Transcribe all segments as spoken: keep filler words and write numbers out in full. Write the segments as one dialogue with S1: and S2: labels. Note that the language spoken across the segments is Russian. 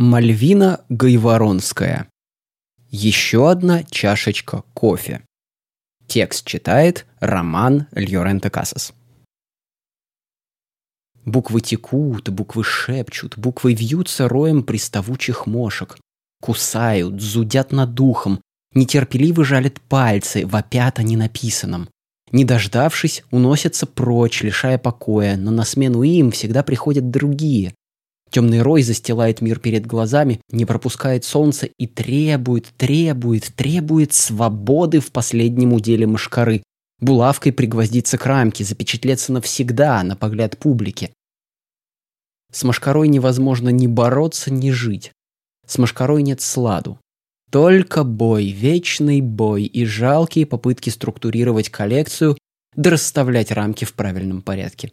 S1: Мальвина Гайворонская. Еще одна чашечка кофе. Текст читает Роман Льоренте Касас. Буквы текут, буквы шепчут, буквы вьются роем приставучих мошек. Кусают, зудят над духом, нетерпеливо жалят пальцы, вопят о ненаписанном. Не дождавшись, уносятся прочь, лишая покоя, но на смену им всегда приходят другие. Темный рой застилает мир перед глазами, не пропускает солнце и требует, требует, требует свободы в последнем уделе мошкары. Булавкой пригвоздиться к рамке, запечатлеться навсегда на погляд публики. С мошкарой невозможно ни бороться, ни жить. С мошкарой нет сладу. Только бой, вечный бой и жалкие попытки структурировать коллекцию да расставлять рамки в правильном порядке.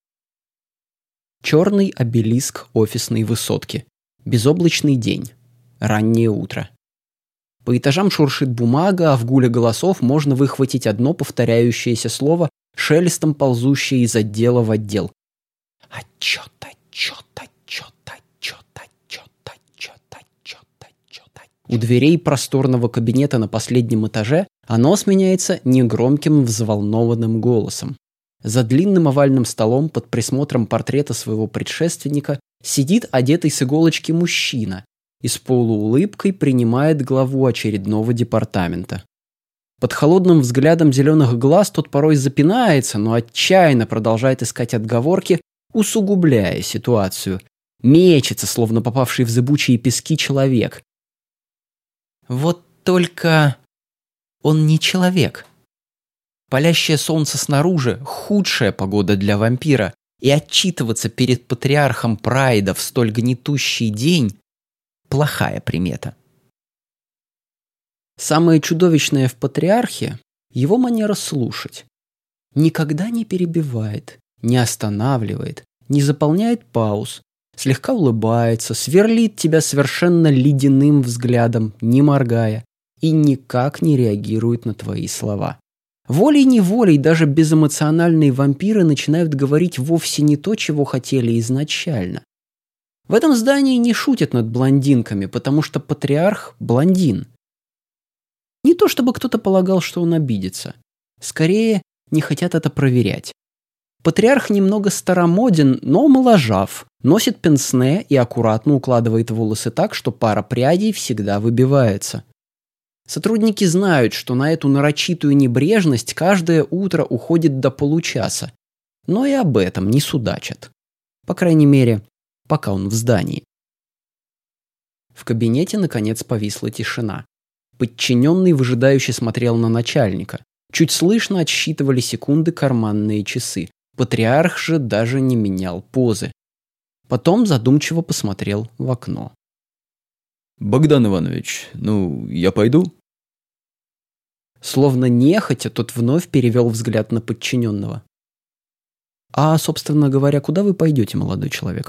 S1: Черный обелиск офисной высотки. Безоблачный день. Раннее утро. По этажам шуршит бумага, а в гуле голосов можно выхватить одно повторяющееся слово, шелестом ползущее из отдела в отдел. Отчет, отчет, отчет, отчет, отчет, отчет, отчет, отчет. У дверей просторного кабинета на последнем этаже оно сменяется негромким взволнованным голосом. За длинным овальным столом под присмотром портрета своего предшественника сидит одетый с иголочки мужчина и с полуулыбкой принимает главу очередного департамента. Под холодным взглядом зеленых глаз тот порой запинается, но отчаянно продолжает искать отговорки, усугубляя ситуацию. Мечется, словно попавший в зыбучие пески человек. Вот только он не человек. Палящее солнце снаружи – худшая погода для вампира, и отчитываться перед патриархом Прайда в столь гнетущий день – плохая примета. Самое чудовищное в патриархе – его манера слушать. Никогда не перебивает, не останавливает, не заполняет пауз, слегка улыбается, сверлит тебя совершенно ледяным взглядом, не моргая, и никак не реагирует на твои слова. Волей-неволей даже безэмоциональные вампиры начинают говорить вовсе не то, чего хотели изначально. В этом здании не шутят над блондинками, потому что патриарх – блондин. Не то чтобы кто-то полагал, что он обидится. Скорее, не хотят это проверять. Патриарх немного старомоден, но моложав, носит пенсне и аккуратно укладывает волосы так, что пара прядей всегда выбивается. Сотрудники знают, что на эту нарочитую небрежность каждое утро уходит до получаса, но и об этом не судачат. По крайней мере, пока он в здании. В кабинете, наконец, повисла тишина. Подчиненный выжидающе смотрел на начальника. Чуть слышно отсчитывали секунды карманные часы. Патриарх же даже не менял позы. Потом задумчиво посмотрел в окно.
S2: «Богдан Иванович, ну, я пойду?»
S1: Словно нехотя, тот вновь перевел взгляд на подчиненного. «А, собственно говоря, куда вы пойдете, молодой человек?»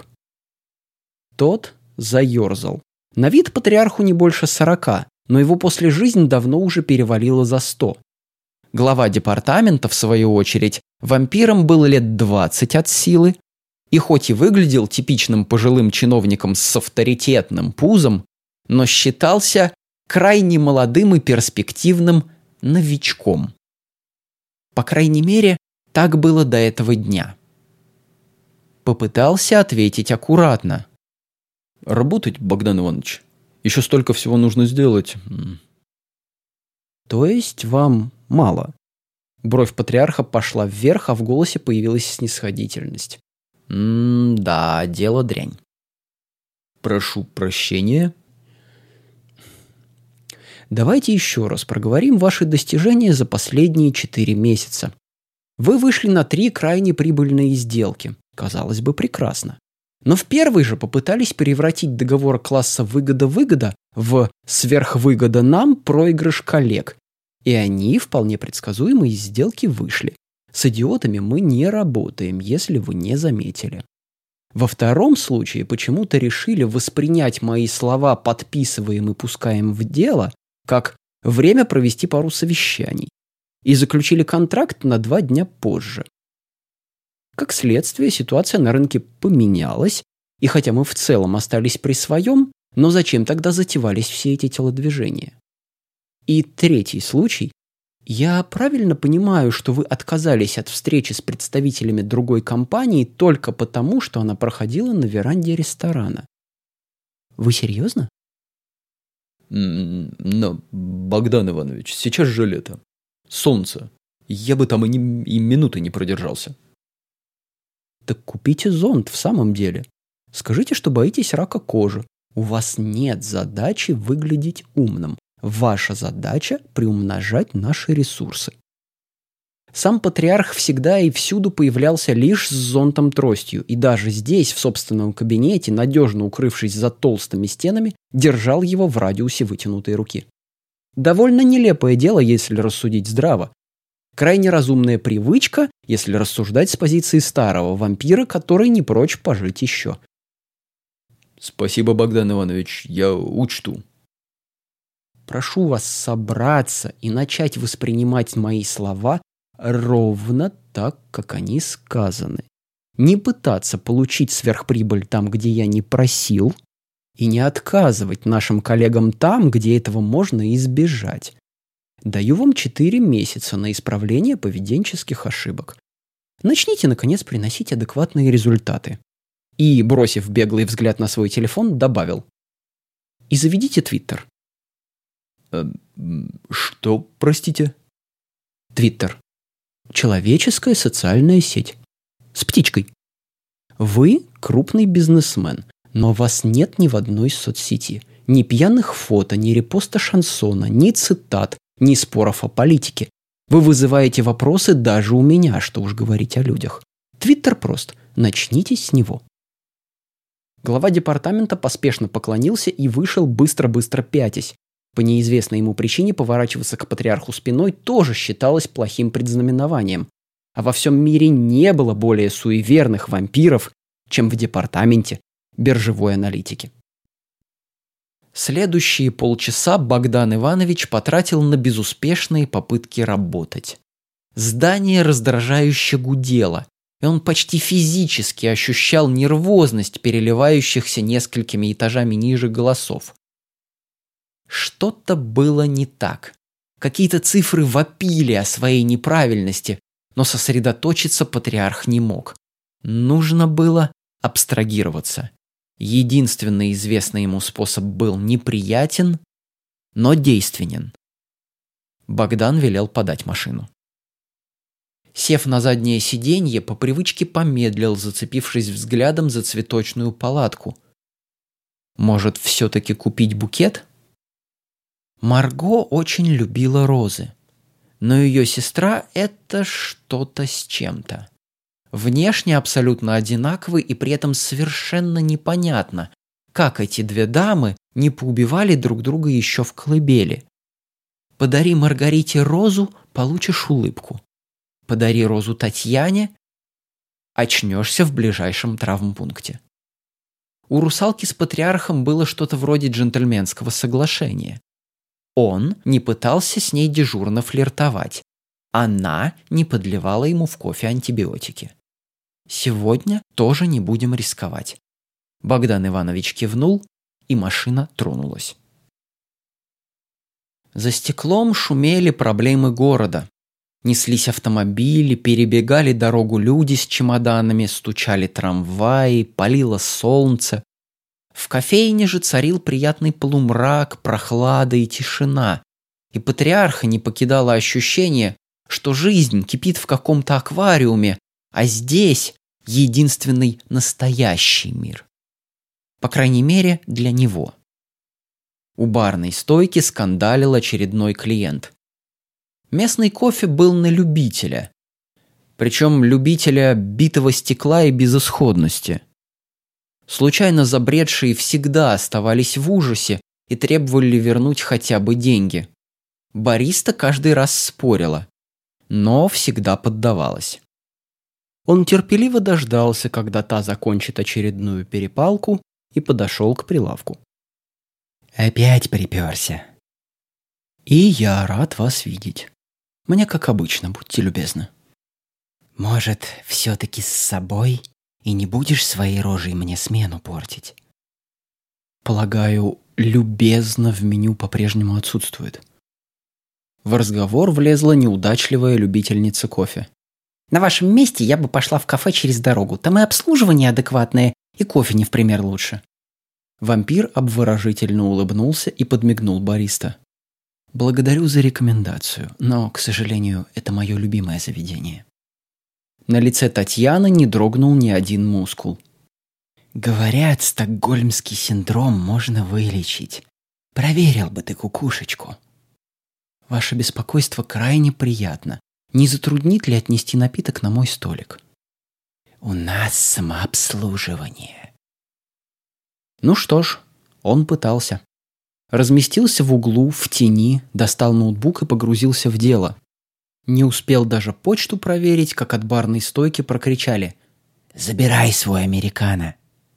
S1: Тот заерзал. На вид патриарху не больше сорока, но его после жизни давно уже перевалило за сто. Глава департамента, в свою очередь, вампиром был лет двадцать от силы, и хоть и выглядел типичным пожилым чиновником с авторитетным пузом, но считался крайне молодым и перспективным новичком. По крайней мере, так было до этого дня. Попытался ответить аккуратно.
S2: «Работать, Богдан Иванович. Еще столько всего нужно сделать».
S1: «То есть вам мало?» Бровь патриарха пошла вверх, а в голосе появилась снисходительность. «М-да, дело дрянь».
S2: «Прошу прощения».
S1: Давайте еще раз проговорим ваши достижения за последние четыре месяца. Вы вышли на три крайне прибыльные сделки. Казалось бы, прекрасно. Но в первой же попытались превратить договор класса выгода-выгода в сверхвыгода нам, проигрыш коллег. И они вполне предсказуемо из сделки вышли. С идиотами мы не работаем, если вы не заметили. Во втором случае почему-то решили воспринять мои слова «подписываем и пускаем в дело» как время провести пару совещаний, и заключили контракт на два дня позже. Как следствие, ситуация на рынке поменялась, и хотя мы в целом остались при своем, Но зачем тогда затевались все эти телодвижения? И третий случай. Я правильно понимаю, что вы отказались от встречи с представителями другой компании только потому, что она проходила на веранде ресторана? Вы серьезно?
S2: Но, Богдан Иванович, сейчас же лето. Солнце. Я бы там и, не, и минуты не продержался.
S1: Так купите зонт в самом деле. Скажите, что боитесь рака кожи. У вас нет задачи выглядеть умным. Ваша задача – приумножать наши ресурсы. Сам патриарх всегда и всюду появлялся лишь с зонтом-тростью, и даже здесь, в собственном кабинете, надежно укрывшись за толстыми стенами, держал его в радиусе вытянутой руки. Довольно нелепое дело, если рассудить здраво. Крайне разумная привычка, если рассуждать с позиции старого вампира, который не прочь пожить еще.
S2: Спасибо, Богдан Иванович, я учту.
S1: Прошу вас собраться и начать воспринимать мои слова ровно так, как они сказаны. Не пытаться получить сверхприбыль там, где я не просил, и не отказывать нашим коллегам там, где этого можно избежать. Даю вам четыре месяца на исправление поведенческих ошибок. Начните, наконец, приносить адекватные результаты. И, бросив беглый взгляд на свой телефон, добавил. И заведите Твиттер.
S2: Что, простите?
S1: Твиттер. Человеческая социальная сеть. С птичкой. Вы крупный бизнесмен, но вас нет ни в одной соцсети. Ни пьяных фото, ни репоста шансона, ни цитат, ни споров о политике. Вы вызываете вопросы даже у меня, что уж говорить о людях. Твиттер прост. Начните с него. Глава департамента поспешно поклонился и вышел, быстро-быстро пятясь. По неизвестной ему причине поворачиваться к патриарху спиной тоже считалось плохим предзнаменованием. А во всем мире не было более суеверных вампиров, чем в департаменте биржевой аналитики. Следующие полчаса Богдан Иванович потратил на безуспешные попытки работать. Здание раздражающе гудело, и он почти физически ощущал нервозность переливающихся несколькими этажами ниже голосов. Что-то было не так. Какие-то цифры вопили о своей неправильности, но сосредоточиться патриарх не мог. Нужно было абстрагироваться. Единственный известный ему способ был неприятен, но действенен. Богдан велел подать машину. Сев на заднее сиденье, по привычке помедлил, зацепившись взглядом за цветочную палатку. Может, все-таки купить букет? Марго очень любила розы, но ее сестра – это что-то с чем-то. Внешне абсолютно одинаковы и при этом совершенно непонятно, как эти две дамы не поубивали друг друга еще в колыбели. Подари Маргарите розу – получишь улыбку. Подари розу Татьяне – очнешься в ближайшем травмпункте. У русалки с патриархом было что-то вроде джентльменского соглашения. Он не пытался с ней дежурно флиртовать. Она не подливала ему в кофе антибиотики. Сегодня тоже не будем рисковать. Богдан Иванович кивнул, и машина тронулась. За стеклом шумели проблемы города. Неслись автомобили, перебегали дорогу люди с чемоданами, стучали трамваи, палило солнце. В кофейне же царил приятный полумрак, прохлада и тишина, и патриарха не покидало ощущение, что жизнь кипит в каком-то аквариуме, а здесь единственный настоящий мир. По крайней мере, для него. У барной стойки скандалил очередной клиент. Местный кофе был на любителя, причем любителя битого стекла и безысходности. Случайно забредшие всегда оставались в ужасе и требовали вернуть хотя бы деньги. Бариста каждый раз спорила, но всегда поддавалась. Он терпеливо дождался, когда та закончит очередную перепалку, и подошел к прилавку. «Опять приперся. И я рад вас видеть. Мне как обычно, будьте любезны». «Может, все-таки с собой? И не будешь своей рожей мне смену портить?» Полагаю, любезно в меню по-прежнему отсутствует. В разговор влезла неудачливая любительница кофе. На вашем месте я бы пошла в кафе через дорогу. Там и обслуживание адекватное, и кофе не в пример лучше. Вампир обворожительно улыбнулся и подмигнул бариста. Благодарю за рекомендацию, но, к сожалению, это мое любимое заведение. На лице Татьяны не дрогнул ни один мускул. Говорят, стокгольмский синдром можно вылечить. Проверил бы ты кукушечку. Ваше беспокойство крайне приятно. Не затруднит ли отнести напиток на мой столик? У нас самообслуживание. Ну что ж, он пытался. Разместился в углу, в тени, достал ноутбук и погрузился в дело. Не успел даже почту проверить, как от барной стойки прокричали: «Забирай свой американо!»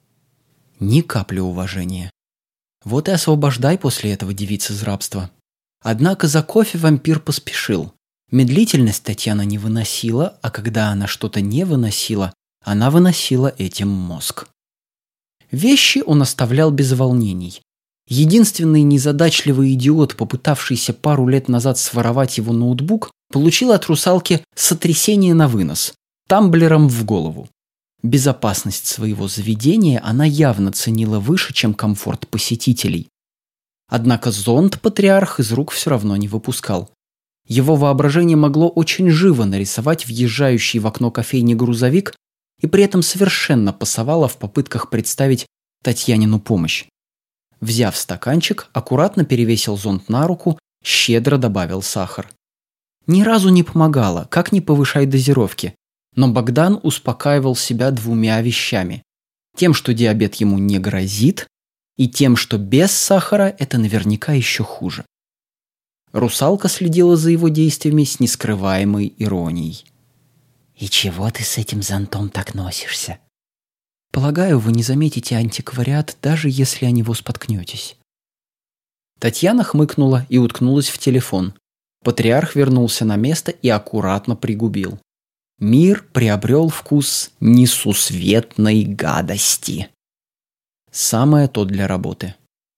S1: Ни капли уважения. Вот и освобождай после этого девиц из рабства. Однако за кофе вампир поспешил. Медлительность Татьяна не выносила, а когда она что-то не выносила, она выносила этим мозг. Вещи он оставлял без волнений. Единственный незадачливый идиот, попытавшийся пару лет назад своровать его ноутбук, получил от русалки сотрясение на вынос, тамблером в голову. Безопасность своего заведения она явно ценила выше, чем комфорт посетителей. Однако зонт патриарх из рук все равно не выпускал. Его воображение могло очень живо нарисовать въезжающий в окно кофейни грузовик и при этом совершенно пасовало в попытках представить Татьянину помощь. Взяв стаканчик, аккуратно перевесил зонт на руку, щедро добавил сахар. Ни разу не помогало, как ни повышай дозировки, но Богдан успокаивал себя двумя вещами. Тем, что диабет ему не грозит, и тем, что без сахара это наверняка еще хуже. Русалка следила за его действиями с нескрываемой иронией. «И чего ты с этим зонтом так носишься?» «Полагаю, вы не заметите антиквариат, даже если о него споткнетесь». Татьяна хмыкнула и уткнулась в телефон. Патриарх вернулся на место и аккуратно пригубил. Мир приобрел вкус несусветной гадости. Самое то для работы.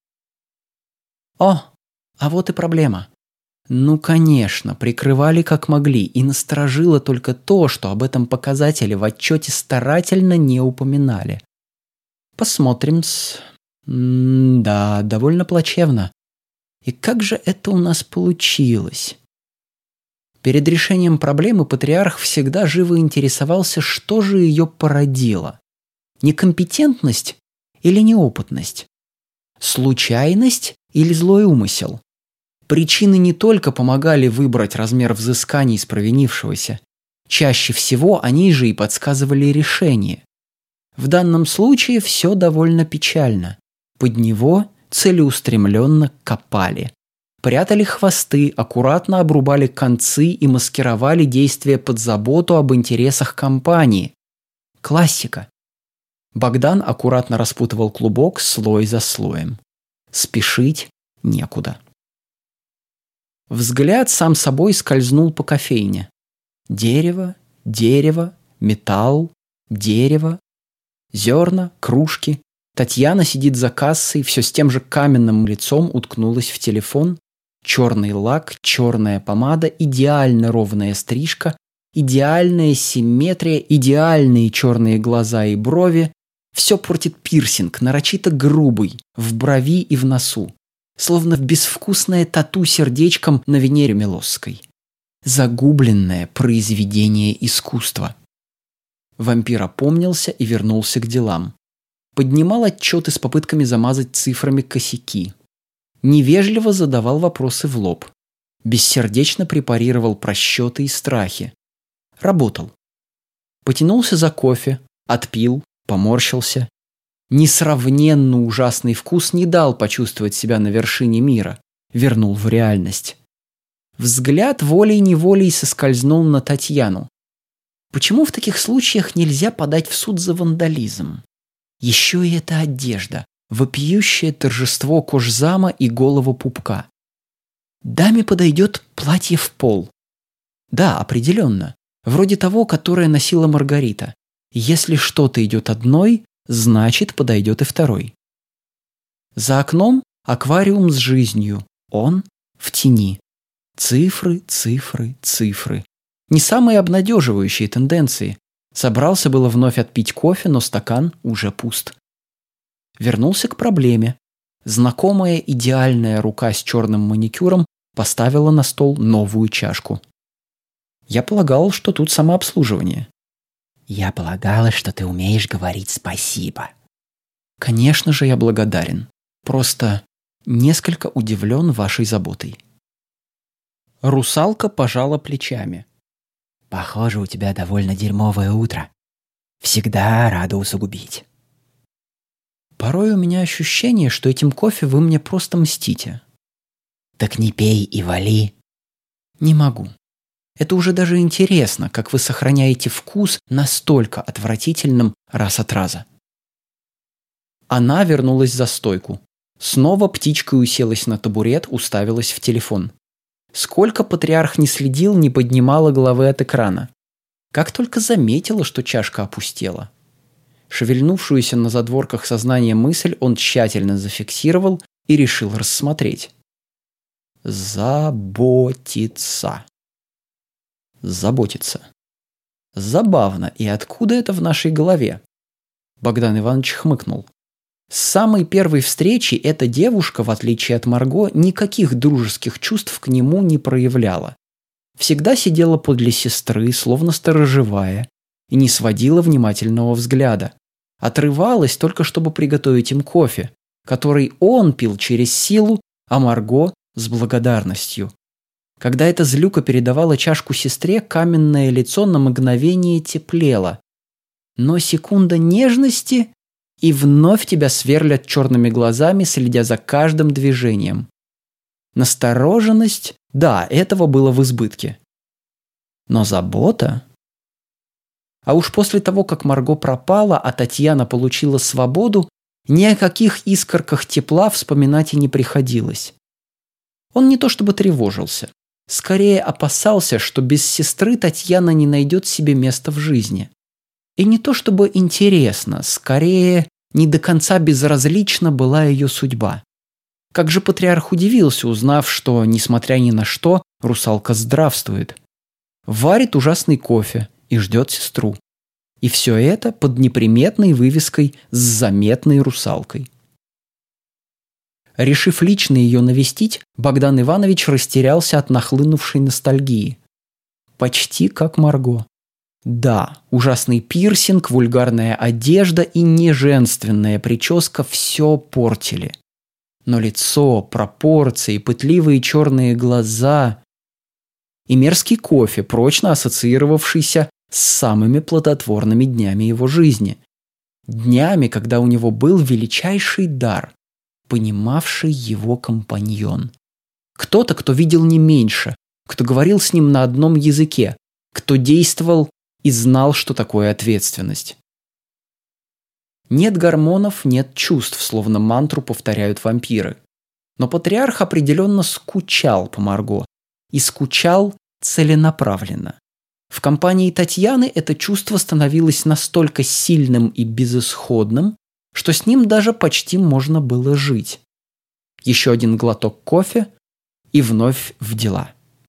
S1: О, а вот и проблема. Ну, конечно, прикрывали как могли, и насторожило только то, что об этом показателе в отчете старательно не упоминали. Посмотрим-с. М-да, довольно плачевно. И как же это у нас получилось? Перед решением проблемы патриарх всегда живо интересовался, что же ее породило. Некомпетентность или неопытность? Случайность или злой умысел? Причины не только помогали выбрать размер взысканий с провинившегося. Чаще всего они же и подсказывали решение. В данном случае все довольно печально. Под него целеустремленно копали. Прятали хвосты, аккуратно обрубали концы и маскировали действия под заботу об интересах компании. Классика. Богдан аккуратно распутывал клубок слой за слоем. Спешить некуда. Взгляд сам собой скользнул по кофейне. Дерево, дерево, металл, дерево, зерна, кружки. Татьяна сидит за кассой, все с тем же каменным лицом уткнулась в телефон. Черный лак, черная помада, идеально ровная стрижка, идеальная симметрия, идеальные черные глаза и брови. Все портит пирсинг, нарочито грубый, в брови и в носу. Словно безвкусное тату сердечком на Венере Милосской. Загубленное произведение искусства. Вампир опомнился и вернулся к делам. Поднимал отчеты с попытками замазать цифрами косяки. Невежливо задавал вопросы в лоб. Бессердечно препарировал просчеты и страхи. Работал. Потянулся за кофе, отпил, поморщился. Несравненно ужасный вкус не дал почувствовать себя на вершине мира. Вернул в реальность. Взгляд волей-неволей соскользнул на Татьяну. Почему в таких случаях нельзя подать в суд за вандализм? Еще и эта одежда, вопиющее торжество кожзама и голого пупка. Даме подойдет платье в пол. Да, определенно. Вроде того, которое носила Маргарита. Если что-то идет одной, значит, подойдет и второй. За окном аквариум с жизнью, он в тени. Цифры, цифры, цифры. Не самые обнадеживающие тенденции. Собрался было вновь отпить кофе, но стакан уже пуст. Вернулся к проблеме. Знакомая идеальная рука с черным маникюром поставила на стол новую чашку. Я полагал, что тут самообслуживание.
S3: Я полагала, что ты умеешь говорить спасибо.
S1: Конечно же, я благодарен. Просто несколько удивлен вашей заботой. Русалка пожала плечами.
S3: Похоже, у тебя довольно дерьмовое утро. Всегда рада усугубить.
S1: Порой у меня ощущение, что этим кофе вы мне просто мстите.
S3: Так не пей и вали.
S1: Не могу. Это уже даже интересно, как вы сохраняете вкус настолько отвратительным раз от раза. Она вернулась за стойку. Снова птичкой уселась на табурет, уставилась в телефон. Сколько патриарх не следил, не поднимала головы от экрана. Как только заметила, что чашка опустела. Шевельнувшуюся на задворках сознания мысль он тщательно зафиксировал и решил рассмотреть. Заботиться. Заботиться. Забавно, и откуда это в нашей голове? Богдан Иванович хмыкнул. С самой первой встречи эта девушка, в отличие от Марго, никаких дружеских чувств к нему не проявляла. Всегда сидела подле сестры, словно сторожевая, и не сводила внимательного взгляда. Отрывалась только, чтобы приготовить им кофе, который он пил через силу, а Марго с благодарностью. Когда эта злюка передавала чашку сестре, каменное лицо на мгновение теплело. Но секунда нежности, и вновь тебя сверлят черными глазами, следя за каждым движением. Настороженность, да, этого было в избытке. Но забота... А уж после того, как Марго пропала, а Татьяна получила свободу, ни о каких искорках тепла вспоминать и не приходилось. Он не то чтобы тревожился, скорее опасался, что без сестры Татьяна не найдет себе места в жизни. И не то чтобы интересно, скорее не до конца безразлична была ее судьба. Как же патриарх удивился, узнав, что, несмотря ни на что, русалка здравствует. Варит ужасный кофе и ждет сестру. И все это под неприметной вывеской с заметной русалкой. Решив лично ее навестить, Богдан Иванович растерялся от нахлынувшей ностальгии. Почти как Марго. Да, ужасный пирсинг, вульгарная одежда и неженственная прическа все портили. Но лицо, пропорции, пытливые черные глаза и мерзкий кофе, прочно ассоциировавшийся с самыми плодотворными днями его жизни. Днями, когда у него был величайший дар, понимавший его компаньон. Кто-то, кто видел не меньше, кто говорил с ним на одном языке, кто действовал и знал, что такое ответственность. Нет гормонов, нет чувств, словно мантру повторяют вампиры. Но патриарх определенно скучал по Марго. И скучал целенаправленно. В компании Татьяны это чувство становилось настолько сильным и безысходным, что с ним даже почти можно было жить. Еще один глоток кофе и вновь в дела.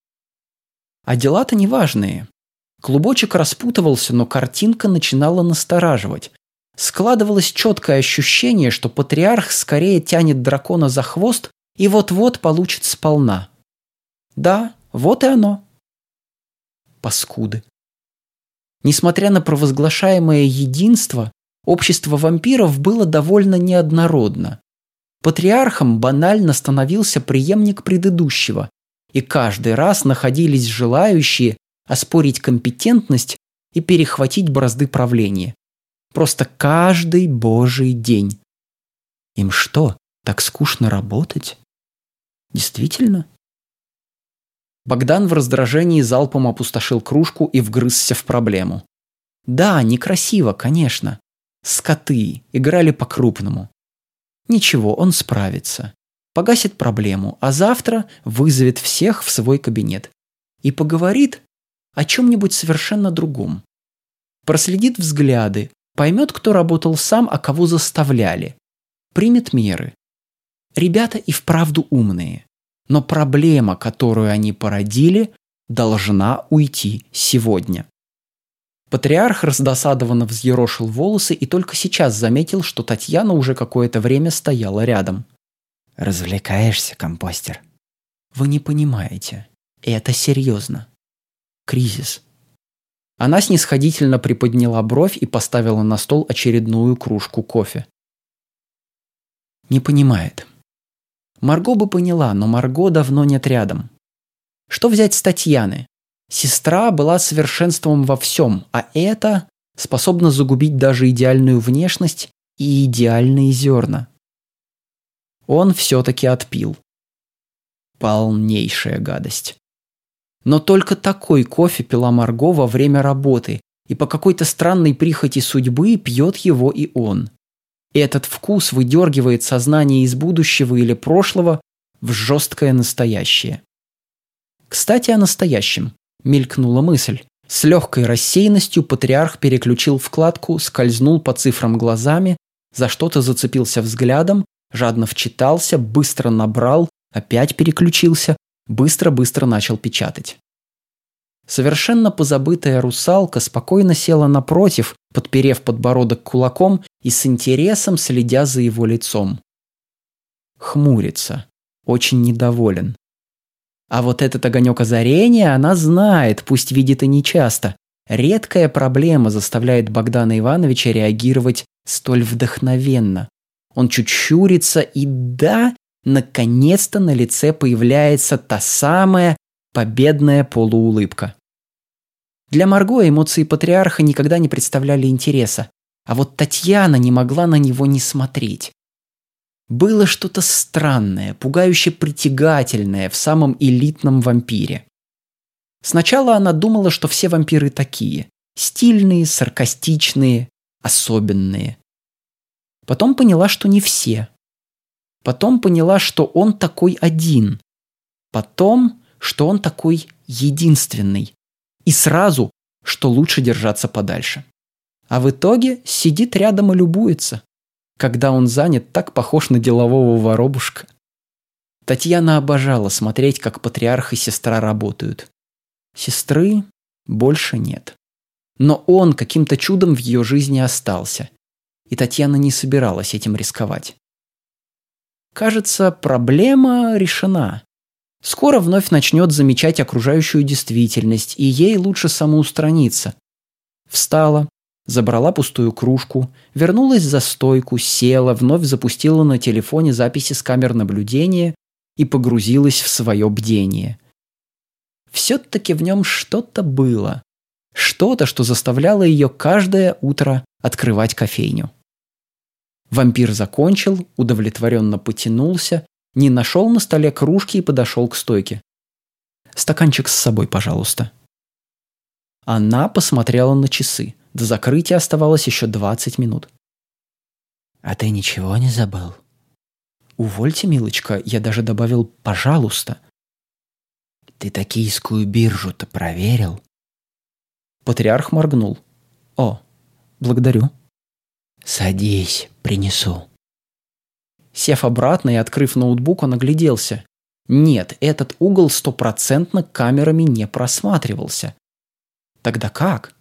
S1: А дела-то неважные. Клубочек распутывался, но картинка начинала настораживать. Складывалось четкое ощущение, что патриарх скорее тянет дракона за хвост и вот-вот получит сполна. Да, вот и оно. Паскуды. Несмотря на провозглашаемое единство, общество вампиров было довольно неоднородно. Патриархом банально становился преемник предыдущего, и каждый раз находились желающие оспорить компетентность и перехватить бразды правления. Просто каждый божий день. Им что, так скучно работать? Действительно? Богдан в раздражении залпом опустошил кружку и вгрызся в проблему. Да, некрасиво, конечно. Скоты, играли по-крупному. Ничего, он справится. Погасит проблему, а завтра вызовет всех в свой кабинет. И поговорит о чем-нибудь совершенно другом. Проследит взгляды, поймет, кто работал сам, а кого заставляли. Примет меры. Ребята и вправду умные, но проблема, которую они породили, должна уйти сегодня. Патриарх раздосадованно взъерошил волосы и только сейчас заметил, что Татьяна уже какое-то время стояла рядом.
S3: Развлекаешься, компостер?
S1: Вы не понимаете. Это серьезно. Кризис. Она снисходительно приподняла бровь и поставила на стол очередную кружку кофе. Не понимает. Марго бы поняла, но Марго давно нет рядом. Что взять с Татьяны? Сестра была совершенством во всем, а это способно загубить даже идеальную внешность и идеальные зерна. Он все-таки отпил. Полнейшая гадость. Но только такой кофе пила Марго во время работы, и по какой-то странной прихоти судьбы пьет его и он. Этот вкус выдергивает сознание из будущего или прошлого в жесткое настоящее. Кстати, о настоящем. Мелькнула мысль. С легкой рассеянностью патриарх переключил вкладку, скользнул по цифрам глазами, за что-то зацепился взглядом, жадно вчитался, быстро набрал, опять переключился, быстро-быстро начал печатать. Совершенно позабытая русалка спокойно села напротив, подперев подбородок кулаком и с интересом следя за его лицом. Хмурится, очень недоволен. А вот этот огонек озарения она знает, пусть видит и нечасто. Редкая проблема заставляет Богдана Ивановича реагировать столь вдохновенно. Он чуть щурится, и да, наконец-то на лице появляется та самая победная полуулыбка. Для Марго эмоции патриарха никогда не представляли интереса, а вот Татьяна не могла на него не смотреть. Было что-то странное, пугающе притягательное в самом элитном вампире. Сначала она думала, что все вампиры такие – стильные, саркастичные, особенные. Потом поняла, что не все. Потом поняла, что он такой один. Потом, что он такой единственный. И сразу, что лучше держаться подальше. А в итоге сидит рядом и любуется. Когда он занят, так похож на делового воробушка. Татьяна обожала смотреть, как патриарх и сестра работают. Сестры больше нет. Но он каким-то чудом в ее жизни остался. И Татьяна не собиралась этим рисковать. Кажется, проблема решена. Скоро вновь начнет замечать окружающую действительность, и ей лучше самоустраниться. Встала, забрала пустую кружку, вернулась за стойку, села, вновь запустила на телефоне записи с камер наблюдения и погрузилась в свое бдение. Все-таки в нем что-то было. Что-то, что заставляло ее каждое утро открывать кофейню. Вампир закончил, удовлетворенно потянулся, не нашел на столе кружки и подошел к стойке. «Стаканчик с собой, пожалуйста». Она посмотрела на часы. До закрытия оставалось еще двадцать минут.
S3: А ты ничего не забыл?
S1: «Увольте, милочка, я даже добавил «пожалуйста».
S3: Ты токийскую биржу-то проверил?
S1: Патриарх моргнул. «О, благодарю».
S3: Садись, принесу.
S1: Сев обратно и открыв ноутбук, он огляделся. Нет, этот угол стопроцентно камерами не просматривался. Тогда как?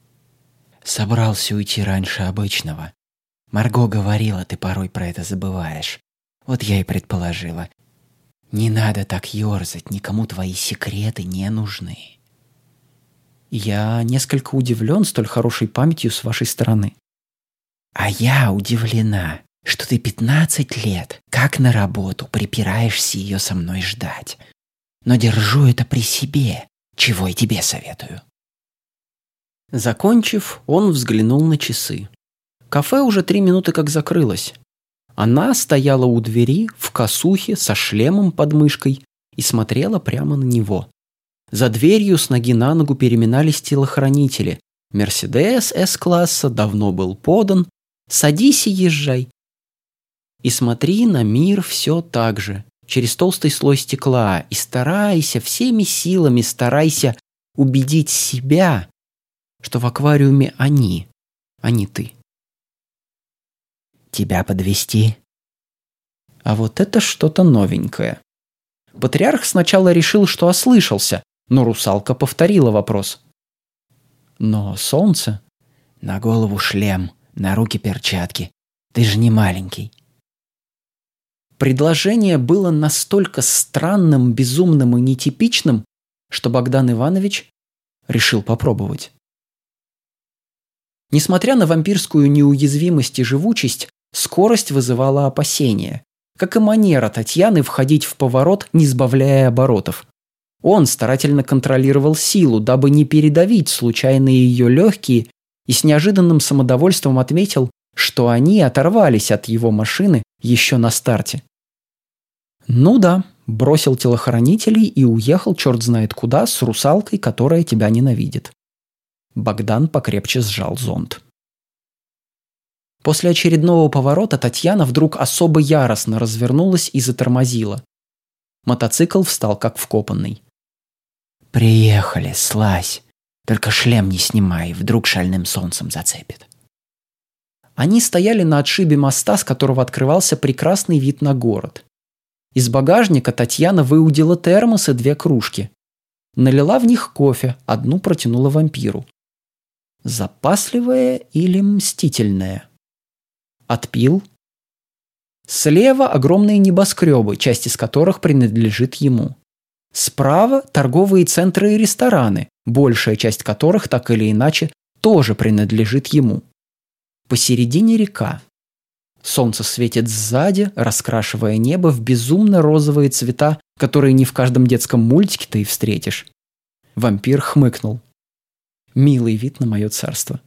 S3: Собрался уйти раньше обычного. Марго говорила, ты порой про это забываешь. Вот я и предположила. Не надо так ерзать, никому твои секреты не нужны.
S1: Я несколько удивлен столь хорошей памятью с вашей стороны.
S3: А я удивлена, что ты пятнадцать лет, как на работу, припираешься ее со мной ждать. Но держу это при себе, чего и тебе советую.
S1: Закончив, он взглянул на часы. Кафе уже три минуты как закрылось. Она стояла у двери в косухе со шлемом под мышкой и смотрела прямо на него. За дверью с ноги на ногу переминались телохранители. Мерседес С-класса давно был подан. Садись и езжай. И смотри на мир все так же, через толстый слой стекла, и старайся, всеми силами старайся убедить себя, что в аквариуме они, а не ты.
S3: Тебя подвести?
S1: А вот это что-то новенькое. Патриарх сначала решил, что ослышался, но русалка повторила вопрос. Но солнце...
S3: На голову шлем, на руки перчатки. Ты же не маленький.
S1: Предложение было настолько странным, безумным и нетипичным, что Богдан Иванович решил попробовать. Несмотря на вампирскую неуязвимость и живучесть, скорость вызывала опасения, как и манера Татьяны входить в поворот, не сбавляя оборотов. Он старательно контролировал силу, дабы не передавить случайно ее легкие, и с неожиданным самодовольством отметил, что они оторвались от его машины еще на старте. Ну да, бросил телохранителей и уехал черт знает куда с русалкой, которая тебя ненавидит. Богдан покрепче сжал зонт. После очередного поворота Татьяна вдруг особо яростно развернулась и затормозила. Мотоцикл встал как вкопанный.
S3: «Приехали, слазь. Только шлем не снимай, вдруг шальным солнцем зацепит».
S1: Они стояли на отшибе моста, с которого открывался прекрасный вид на город. Из багажника Татьяна выудила термос и две кружки. Налила в них кофе, одну протянула вампиру. Запасливая или мстительная? Отпил. Слева огромные небоскребы, часть из которых принадлежит ему. Справа торговые центры и рестораны, большая часть которых так или иначе тоже принадлежит ему. Посередине река. Солнце светит сзади, раскрашивая небо в безумно розовые цвета, которые не в каждом детском мультике ты и встретишь. Вампир хмыкнул. Милый вид на мое царство.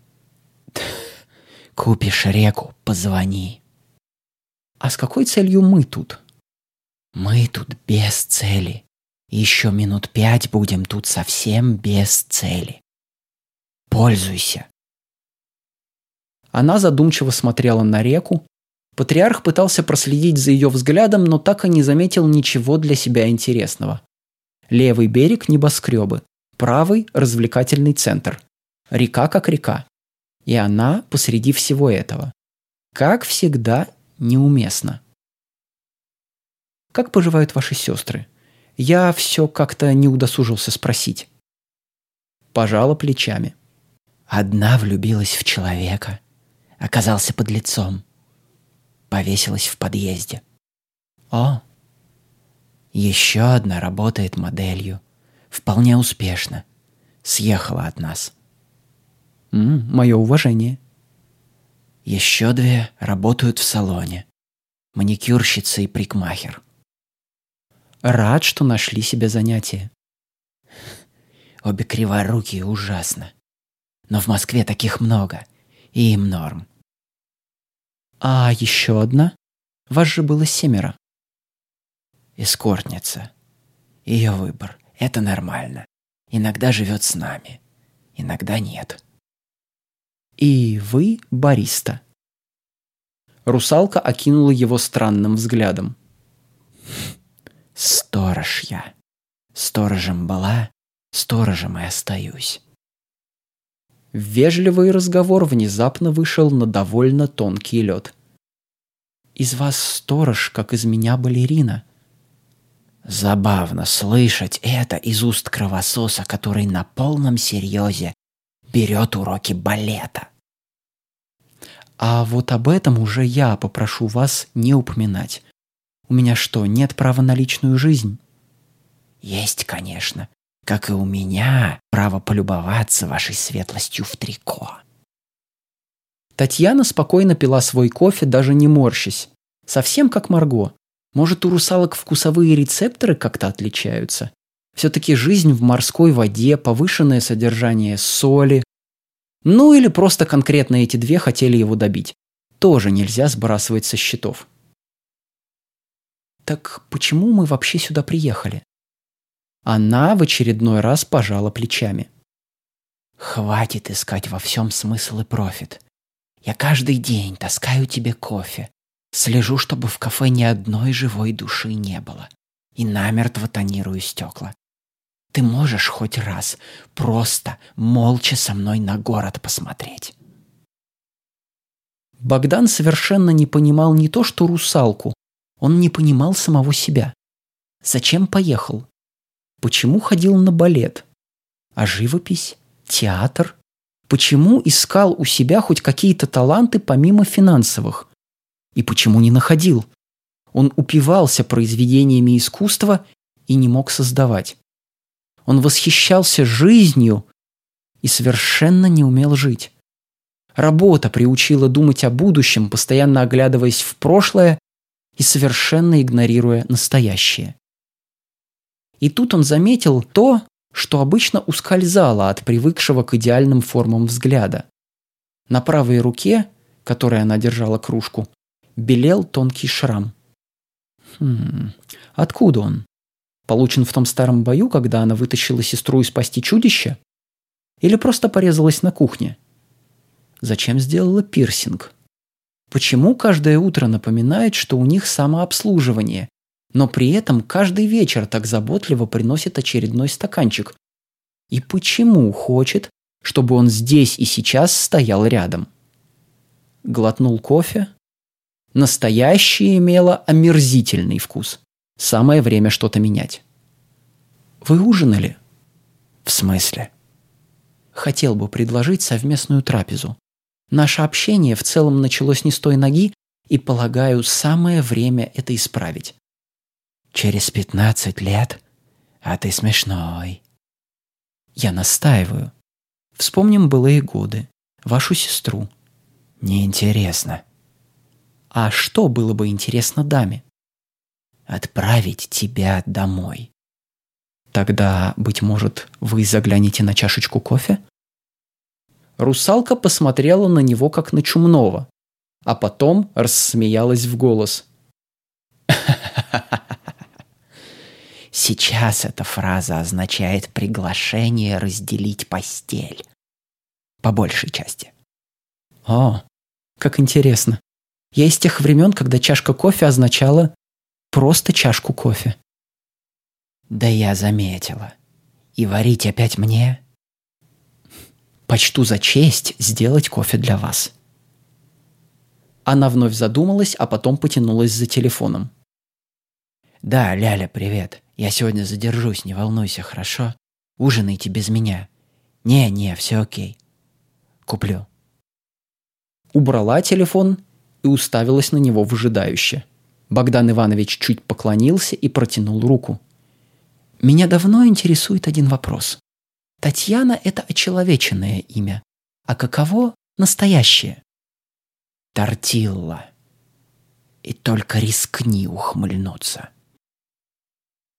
S3: Купишь реку, позвони.
S1: А с какой целью мы тут?
S3: Мы тут без цели. Еще минут пять будем тут совсем без цели. Пользуйся.
S1: Она задумчиво смотрела на реку. Патриарх пытался проследить за ее взглядом, но так и не заметил ничего для себя интересного. Левый берег – небоскребы, правый – развлекательный центр. Река как река. И она посреди всего этого. Как всегда, неуместно. Как поживают ваши сестры? Я все как-то не удосужился спросить. Пожала плечами.
S3: Одна влюбилась в человека. Оказался подлецом. Повесилась в подъезде.
S1: А?
S3: Еще одна работает моделью. Вполне успешно. Съехала от нас.
S1: М, мое уважение.
S3: Еще две работают в салоне. Маникюрщица и парикмахер.
S1: Рад, что нашли себе занятие.
S3: Обе криворукие ужасно. Но в Москве таких много. И им норм.
S1: А еще одна? Вас же было семеро.
S3: Эскортница. Ее выбор. Это нормально. Иногда живет с нами. Иногда нет.
S1: И вы бариста. Русалка окинула его странным взглядом.
S3: Сторож я. Сторожем была, сторожем и остаюсь.
S1: Вежливый разговор внезапно вышел на довольно тонкий лед. Из вас сторож, как из меня балерина.
S3: Забавно слышать это из уст кровососа, который на полном серьезе берет уроки балета.
S1: А вот об этом уже я попрошу вас не упоминать. У меня что, нет права на личную жизнь?
S3: Есть, конечно. Как и у меня право полюбоваться вашей светлостью в трико.
S1: Татьяна спокойно пила свой кофе, даже не морщась. Совсем как Марго. Может, у русалок вкусовые рецепторы как-то отличаются? Все-таки жизнь в морской воде, повышенное содержание соли. Ну или просто конкретно эти две хотели его добить. Тоже нельзя сбрасывать со счетов. Так почему мы вообще сюда приехали? Она в очередной раз пожала плечами.
S3: Хватит искать во всем смысл и профит. Я каждый день таскаю тебе кофе. Слежу, чтобы в кафе ни одной живой души не было. И намертво тонирую стекла. Ты можешь хоть раз просто молча со мной на город посмотреть?
S1: Богдан совершенно не понимал не то что русалку. Он не понимал самого себя. Зачем поехал? Почему ходил на балет? А живопись? Театр? Почему искал у себя хоть какие-то таланты помимо финансовых? И почему не находил? Он упивался произведениями искусства и не мог создавать. Он восхищался жизнью и совершенно не умел жить. Работа приучила думать о будущем, постоянно оглядываясь в прошлое и совершенно игнорируя настоящее. И тут он заметил то, что обычно ускользало от привыкшего к идеальным формам взгляда. На правой руке, которой она держала кружку, белел тонкий шрам. Хм, откуда он? Получен в том старом бою, когда она вытащила сестру из пасти чудища? Или просто порезалась на кухне? Зачем сделала пирсинг? Почему каждое утро напоминает, что у них самообслуживание, но при этом каждый вечер так заботливо приносит очередной стаканчик? И почему хочет, чтобы он здесь и сейчас стоял рядом? Глотнул кофе. Настоящее имело омерзительный вкус. Самое время что-то менять. Вы ужинали? В смысле? Хотел бы предложить совместную трапезу. Наше общение в целом началось не с той ноги, и, полагаю, самое время это исправить.
S3: Через пятнадцать лет? А ты смешной.
S1: Я настаиваю. Вспомним былые годы. Вашу сестру.
S3: Неинтересно.
S1: А что было бы интересно даме?
S3: Отправить тебя домой.
S1: Тогда, быть может, вы заглянете на чашечку кофе? Русалка посмотрела на него, как на чумного, а потом рассмеялась в голос.
S3: Сейчас эта фраза означает приглашение разделить постель. По большей части.
S1: О, как интересно. Я из тех времен, когда чашка кофе означала просто чашку кофе.
S3: Да я заметила. И варить опять мне?
S1: Почту за честь сделать кофе для вас. Она вновь задумалась, а потом потянулась за телефоном.
S3: Да, Ляля, привет. Я сегодня задержусь, не волнуйся, хорошо? Ужинайте без меня. Не-не, все окей. Куплю.
S1: Убрала телефон и уставилась на него выжидающе. Богдан Иванович чуть поклонился и протянул руку. Меня давно интересует один вопрос. Татьяна – это очеловеченное имя. А каково настоящее?
S3: Тортилла. И только рискни ухмыльнуться.